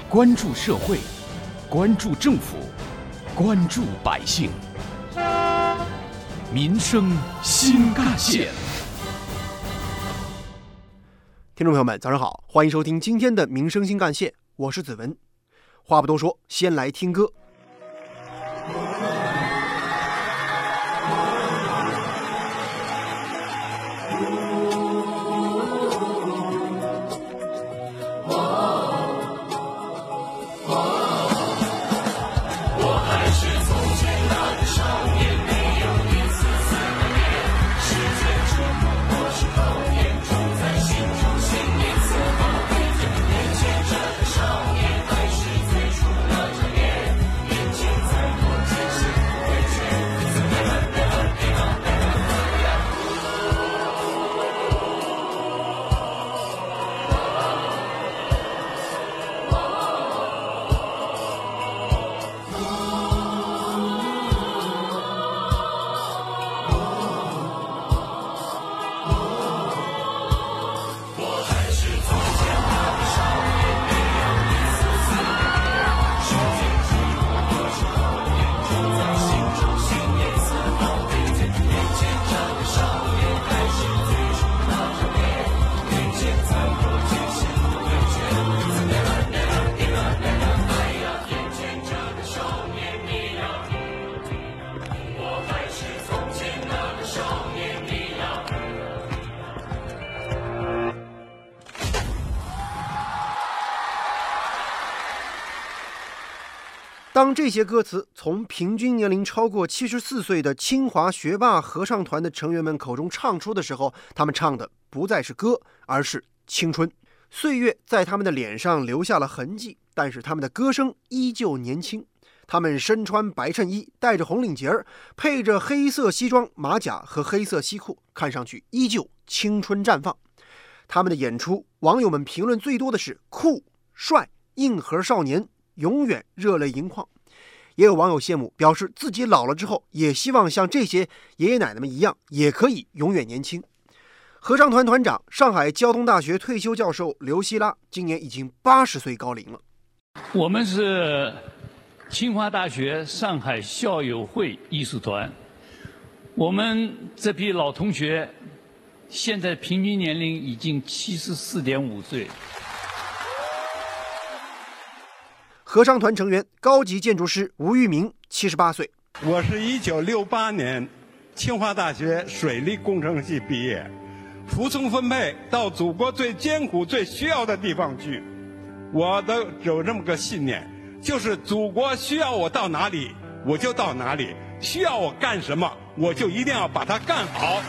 关注社会，关注政府，关注百姓，民生新干线。 听众朋友们，早上好，欢迎收听今天的民生新干线，我是子文。话不多说，先来听歌。当这些歌词从平均年龄超过74岁的清华学霸合唱团的成员们口中唱出的时候，他们唱的不再是歌，而是青春。岁月在他们的脸上留下了痕迹，但是他们的歌声依旧年轻。他们身穿白衬衣，戴着红领结儿，配着黑色西装、马甲和黑色西裤，看上去依旧青春绽放。他们的演出，网友们评论最多的是酷、帅、硬核少年，永远热泪盈眶。也有网友羡慕，表示自己老了之后也希望像这些爷爷奶奶们一样，也可以永远年轻。合唱团团长、上海交通大学退休教授刘希拉今年已经80岁高龄了。 我们是清华大学上海校友会艺术团，我们这批老同学现在平均年龄已经74.5岁。 合唱团成员高级建筑师吴玉明78岁。 我是1968年清华大学水利工程系毕业，服从分配到祖国最艰苦最需要的地方去。我的有这么个信念，就是祖国需要我到哪里我就到哪里，需要我干什么我就一定要把它干好。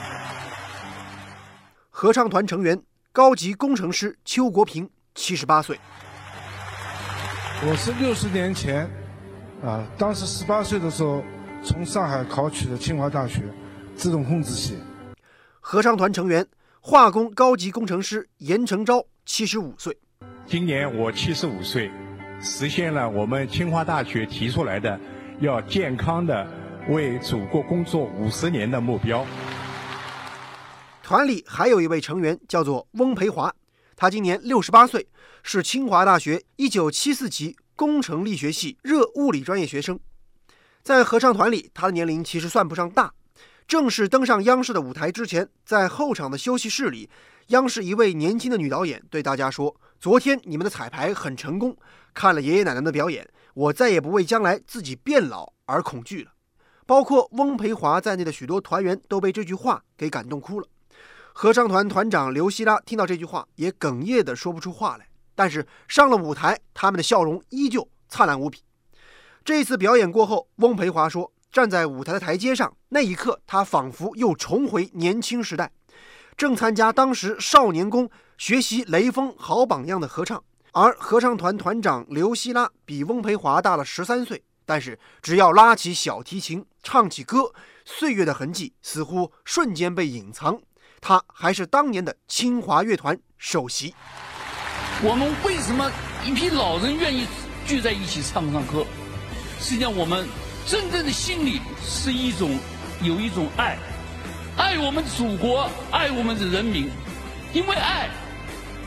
合唱团成员高级工程师邱国平78岁。 我是60年前当时18岁的时候从上海考取的清华大学自动控制系。 合唱团成员化工高级工程师严成昭75岁。 今年我75岁，实现了我们清华大学提出来的要健康的为祖国工作50年的目标。 团里还有一位成员叫做翁培华，他今年68岁，是清华大学1974级工程力学系热物理专业学生。在合唱团里，他的年龄其实算不上大。正式登上央视的舞台之前，在后场的休息室里，央视一位年轻的女导演对大家说，昨天你们的彩排很成功，看了爷爷奶奶的表演，我再也不为将来自己变老而恐惧了。包括翁培华在内的许多团员都被这句话给感动哭了。合唱团团长刘希拉听到这句话也哽咽地说不出话来，但是上了舞台，他们的笑容依旧灿烂无比。这次表演过后，翁培华说，站在舞台的台阶上，那一刻他仿佛又重回年轻时代，正参加当时少年宫学习雷锋好榜样的合唱。而合唱团团长刘希拉比翁培华大了13岁，但是只要拉起小提琴唱起歌，岁月的痕迹似乎瞬间被隐藏，他还是当年的清华乐团首席。 我们为什么一批老人愿意聚在一起唱歌？实际上我们真正的心里是有一种爱我们的祖国，爱我们的人民。因为爱，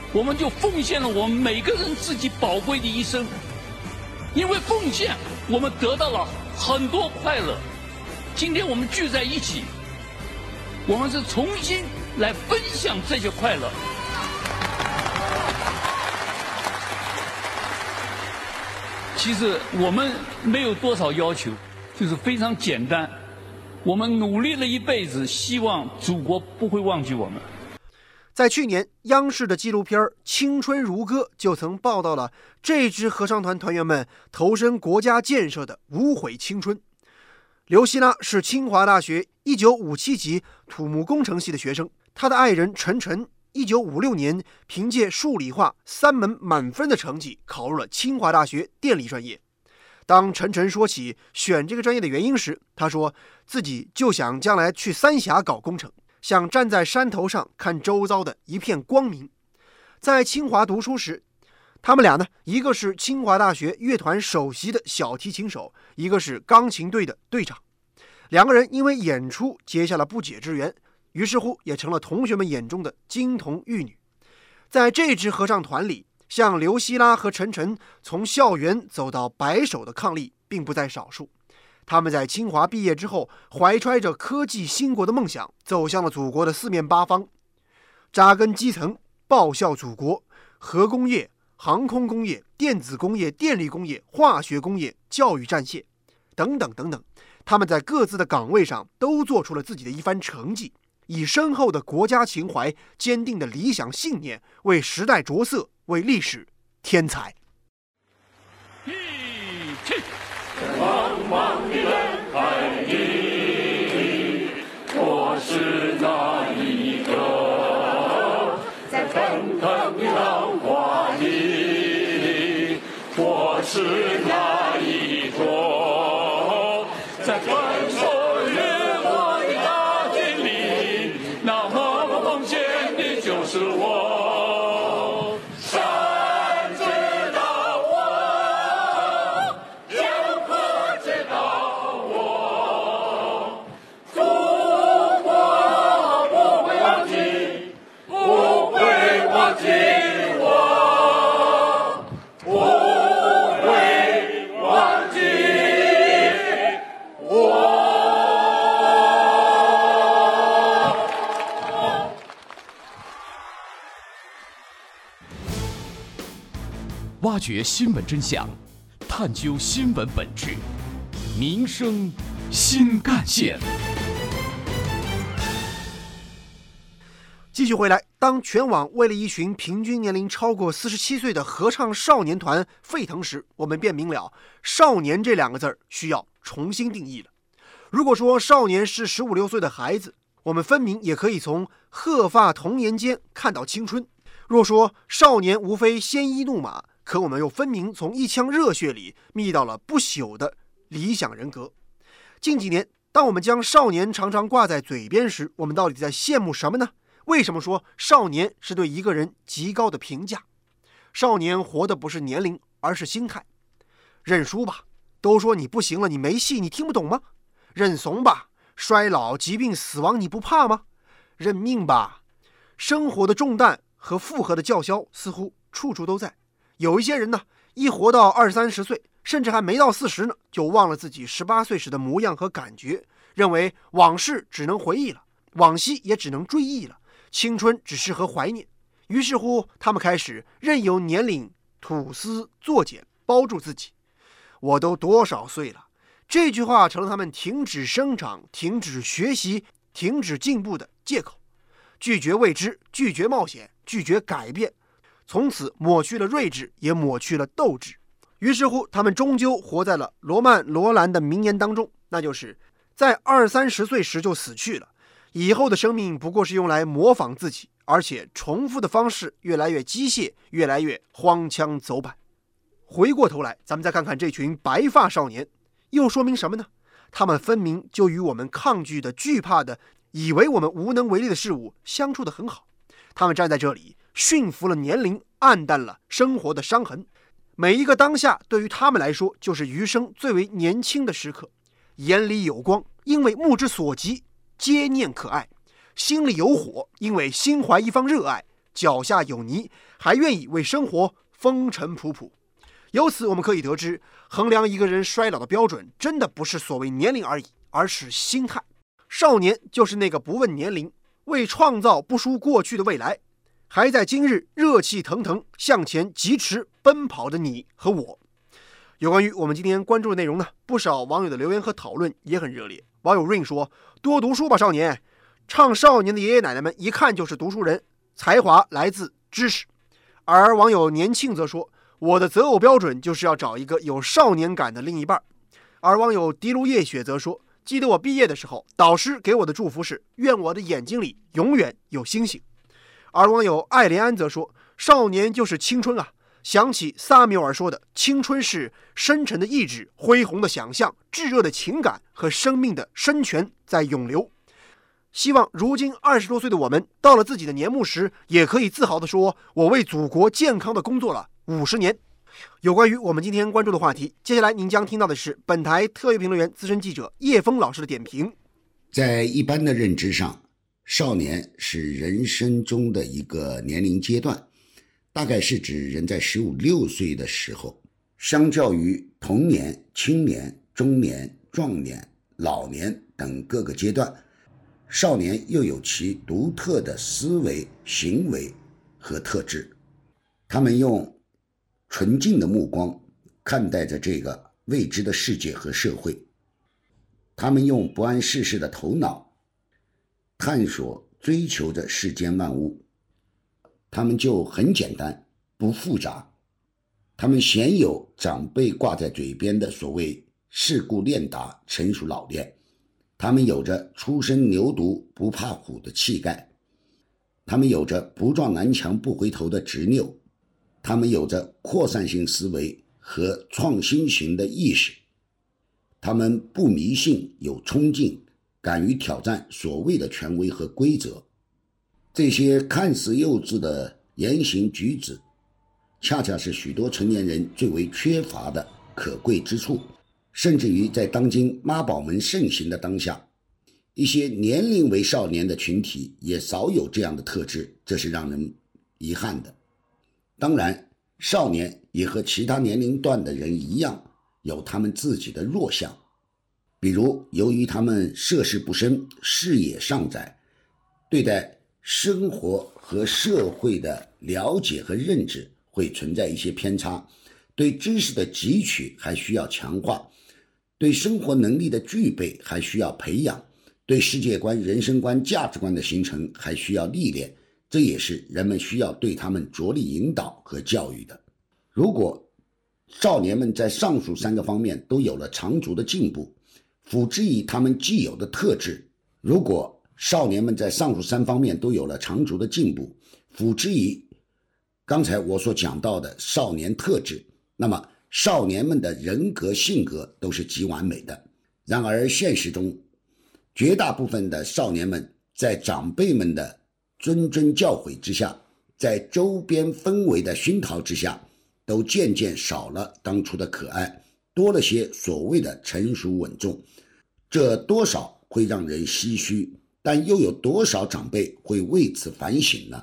我们就奉献了我们每个人自己宝贵的一生。因为奉献，我们得到了很多快乐。今天我们聚在一起，我们是重新来分享这些快乐。其实我们没有多少要求，就是非常简单。我们努力了一辈子，希望祖国不会忘记我们。 在去年，央视的纪录片《青春如歌》就曾报道了这支合唱团团员们投身国家建设的无悔青春。刘希拉是清华大学1957级土木工程系的学生，他的爱人陈晨1956年凭借数理化3门满分的成绩考入了清华大学电力专业。当陈晨说起选这个专业的原因时，他说自己就想将来去三峡搞工程，想站在山头上看周遭的一片光明。在清华读书时，他们俩呢，一个是清华大学乐团首席的小提琴手，一个是钢琴队的队长。两个人因为演出结下了不解之缘，于是乎也成了同学们眼中的金童玉女。在这支合唱团里，像刘希拉和陈晨从校园走到白手的伉俪并不在少数。他们在清华毕业之后，怀揣着科技兴国的梦想，走向了祖国的四面八方，扎根基层，报效祖国。核工业、航空工业、电子工业、电力工业、化学工业、教育战线等等等等，他们在各自的岗位上都做出了自己的一番成绩，以深厚的国家情怀、坚定的理想信念，为时代着色，为历史添彩。 茫茫的人海里，我是那一个？在腾腾的浪花里，我是那一朵？在传说月光的大地里，那么奉献的就是我。 挖掘新闻真相，探究新闻本质，民生新干线。 继续回来，当全网为了一群平均年龄超过47岁的合唱少年团沸腾时，我们便明了少年这两个字需要重新定义了。如果说少年是15、16岁的孩子，我们分明也可以从鹤发童颜间看到青春。若说少年无非鲜衣怒马，可我们又分明从一腔热血里觅到了不朽的理想人格。近几年，当我们将少年常常挂在嘴边时，我们到底在羡慕什么呢？为什么说少年是对一个人极高的评价？少年活的不是年龄，而是心态。认输吧，都说你不行了，你没戏，你听不懂吗？认怂吧，衰老、疾病、死亡你不怕吗？认命吧，生活的重担和负荷的叫嚣似乎处处都在。有一些人呢，一活到20、30岁，甚至还没到40呢，就忘了自己18岁时的模样和感觉，认为往事只能回忆了，往昔也只能追忆了，青春只适合怀念。于是乎，他们开始任由年龄吐丝作茧，包住自己。我都多少岁了？这句话成了他们停止生长、停止学习、停止进步的借口。拒绝未知，拒绝冒险，拒绝改变，从此抹去了睿智，也抹去了斗志。于是乎，他们终究活在了罗曼·罗兰的名言当中，那就是在20、30岁时就死去了，以后的生命不过是用来模仿自己，而且重复的方式越来越机械，越来越荒腔走板。回过头来，咱们再看看这群白发少年，又说明什么呢？他们分明就与我们抗拒的、惧怕的、以为我们无能为力的事物相处得很好。他们站在这里，驯服了年龄，暗淡了生活的伤痕。每一个当下对于他们来说就是余生最为年轻的时刻。眼里有光，因为目之所及皆念可爱；心里有火，因为心怀一方热爱， 脚下有泥，还愿意为生活风尘仆仆。由此我们可以得知，衡量一个人衰老的标准真的不是所谓年龄而已，而是心态。少年就是那个不问年龄，为创造不输过去的未来，还在今日热气腾腾向前疾驰奔跑的你和我。有关于我们今天关注的内容呢，不少网友的留言和讨论也很热烈。网友 Rain 说，多读书吧少年，唱少年的爷爷奶奶们一看就是读书人，才华来自知识。而网友年庆则说，我的择偶标准就是要找一个有少年感的另一半。而网友滴露夜雪则说，记得我毕业的时候，导师给我的祝福是愿我的眼睛里永远有星星。而网友艾连安则说，少年就是青春啊，想起萨缪尔说的，青春是深沉的意志、恢宏的想象、炙热的情感和生命的深泉在涌流。希望如今20多岁的我们，到了自己的年暮时，也可以自豪地说，我为祖国健康的工作了50年。有关于我们今天关注的话题，接下来您将听到的是本台特约评论员、资深记者叶峰老师的点评。 在一般的认知上，少年是人生中的一个年龄阶段，大概是指人在15、16岁的时候。相较于童年、青年、中年、壮年、老年等各个阶段，少年又有其独特的思维、行为和特质。他们用纯净的目光看待着这个未知的世界和社会，他们用不谙世事的头脑探索追求着世间万物。他们就很简单不复杂，他们鲜有长辈挂在嘴边的所谓世故练达、成熟老练。他们有着初生牛犊不怕虎的气概，他们有着不撞南墙不回头的执拗，他们有着扩散性思维和创新型的意识，他们不迷信，有冲劲，敢于挑战所谓的权威和规则。这些看似幼稚的言行举止，恰恰是许多成年人最为缺乏的可贵之处。甚至于在当今妈宝们盛行的当下，一些年龄为少年的群体也少有这样的特质，这是让人遗憾的。当然，少年也和其他年龄段的人一样，有他们自己的弱项。比如，由于他们涉世不深，视野尚窄，对待生活和社会的了解和认知会存在一些偏差，对知识的汲取还需要强化，对生活能力的具备还需要培养，对世界观、人生观、价值观的形成还需要历练，这也是人们需要对他们着力引导和教育的。如果少年们在上述3个方面都有了长足的进步，辅之以他们既有的特质，如果少年们在上述3方面都有了长足的进步，辅之以刚才我所讲到的少年特质，那么少年们的人格性格都是极完美的。然而现实中，绝大部分的少年们在长辈们的谆谆教诲之下，在周边氛围的熏陶之下，都渐渐少了当初的可爱，多了些所谓的成熟稳重。这多少会让人唏嘘，但又有多少长辈会为此反省呢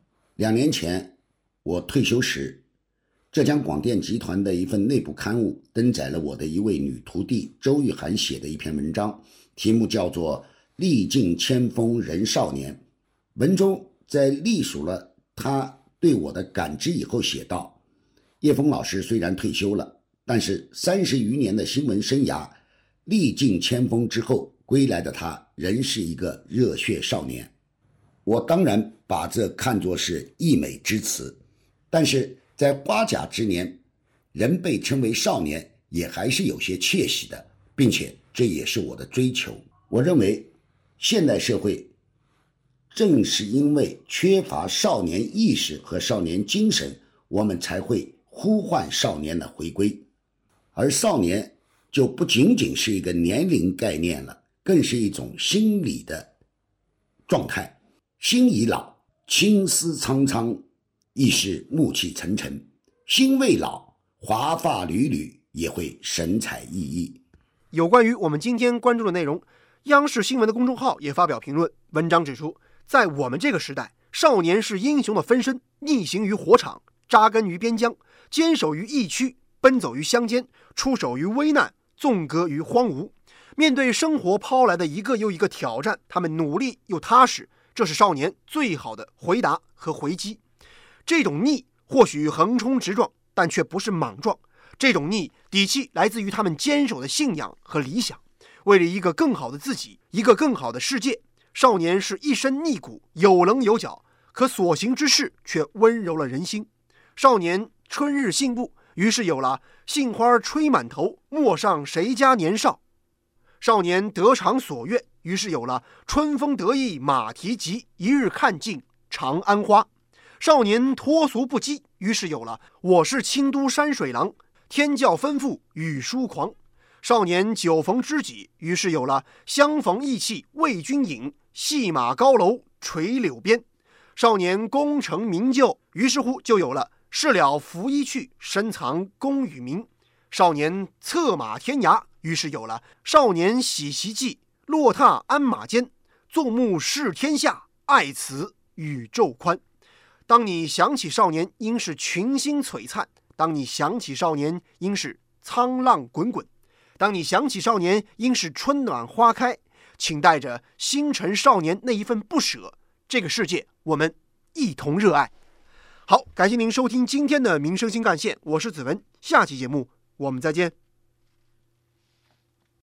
？2年前我退休时，浙江广电集团的一份内部刊物登载了我的一位女徒弟周玉涵写的一篇文章，题目叫做《历尽千峰人少年》。文中在历数了他对我的感知以后写道，叶峰老师虽然退休了，但是30余年的新闻生涯，历尽千峰之后归来的他仍是一个热血少年。我当然把这看作是溢美之词，但是在花甲之年，人被称为少年也还是有些窃喜的，并且这也是我的追求。我认为现代社会正是因为缺乏少年意识和少年精神，我们才会呼唤少年的回归。而少年就不仅仅是一个年龄概念了，更是一种心理的状态。心已老，青丝苍苍，亦是暮气沉沉；心未老，华发缕缕，也会神采奕奕。 有关于我们今天关注的内容，央视新闻的公众号也发表评论，文章指出，在我们这个时代， 少年是英雄的分身，逆行于火场，扎根于边疆，坚守于疫区，奔走于乡间，出手于危难，纵歌于荒芜。面对生活抛来的一个又一个挑战，他们努力又踏实，这是少年最好的回答和回击。这种逆或许横冲直撞，但却不是莽撞。这种逆底气来自于他们坚守的信仰和理想。为了一个更好的自己，一个更好的世界，少年是一身逆骨，有棱有角，可所行之事却温柔了人心。少年春日信步，于是有了杏花吹满头，陌上谁家年少。少年得偿所愿，于是有了春风得意马蹄疾，一日看尽长安花。少年脱俗不羁，于是有了我是清都山水郎，天教吩咐语书狂。少年久逢知己，于是有了相逢意气为君饮，戏马高楼垂柳边。少年功成名就，于是乎就有了事了拂衣去，深藏功与名。少年策马天涯，于是有了少年喜其迹，落踏鞍马间，纵目视天下，爱此宇宙宽。当你想起少年，应是群星璀璨；当你想起少年，应是沧浪滚滚；当你想起少年，应是春暖花开。请带着星辰少年那一份不舍，这个世界我们一同热爱。好，感谢您收听今天的民生新干线，我是子文，下期节目我们再见。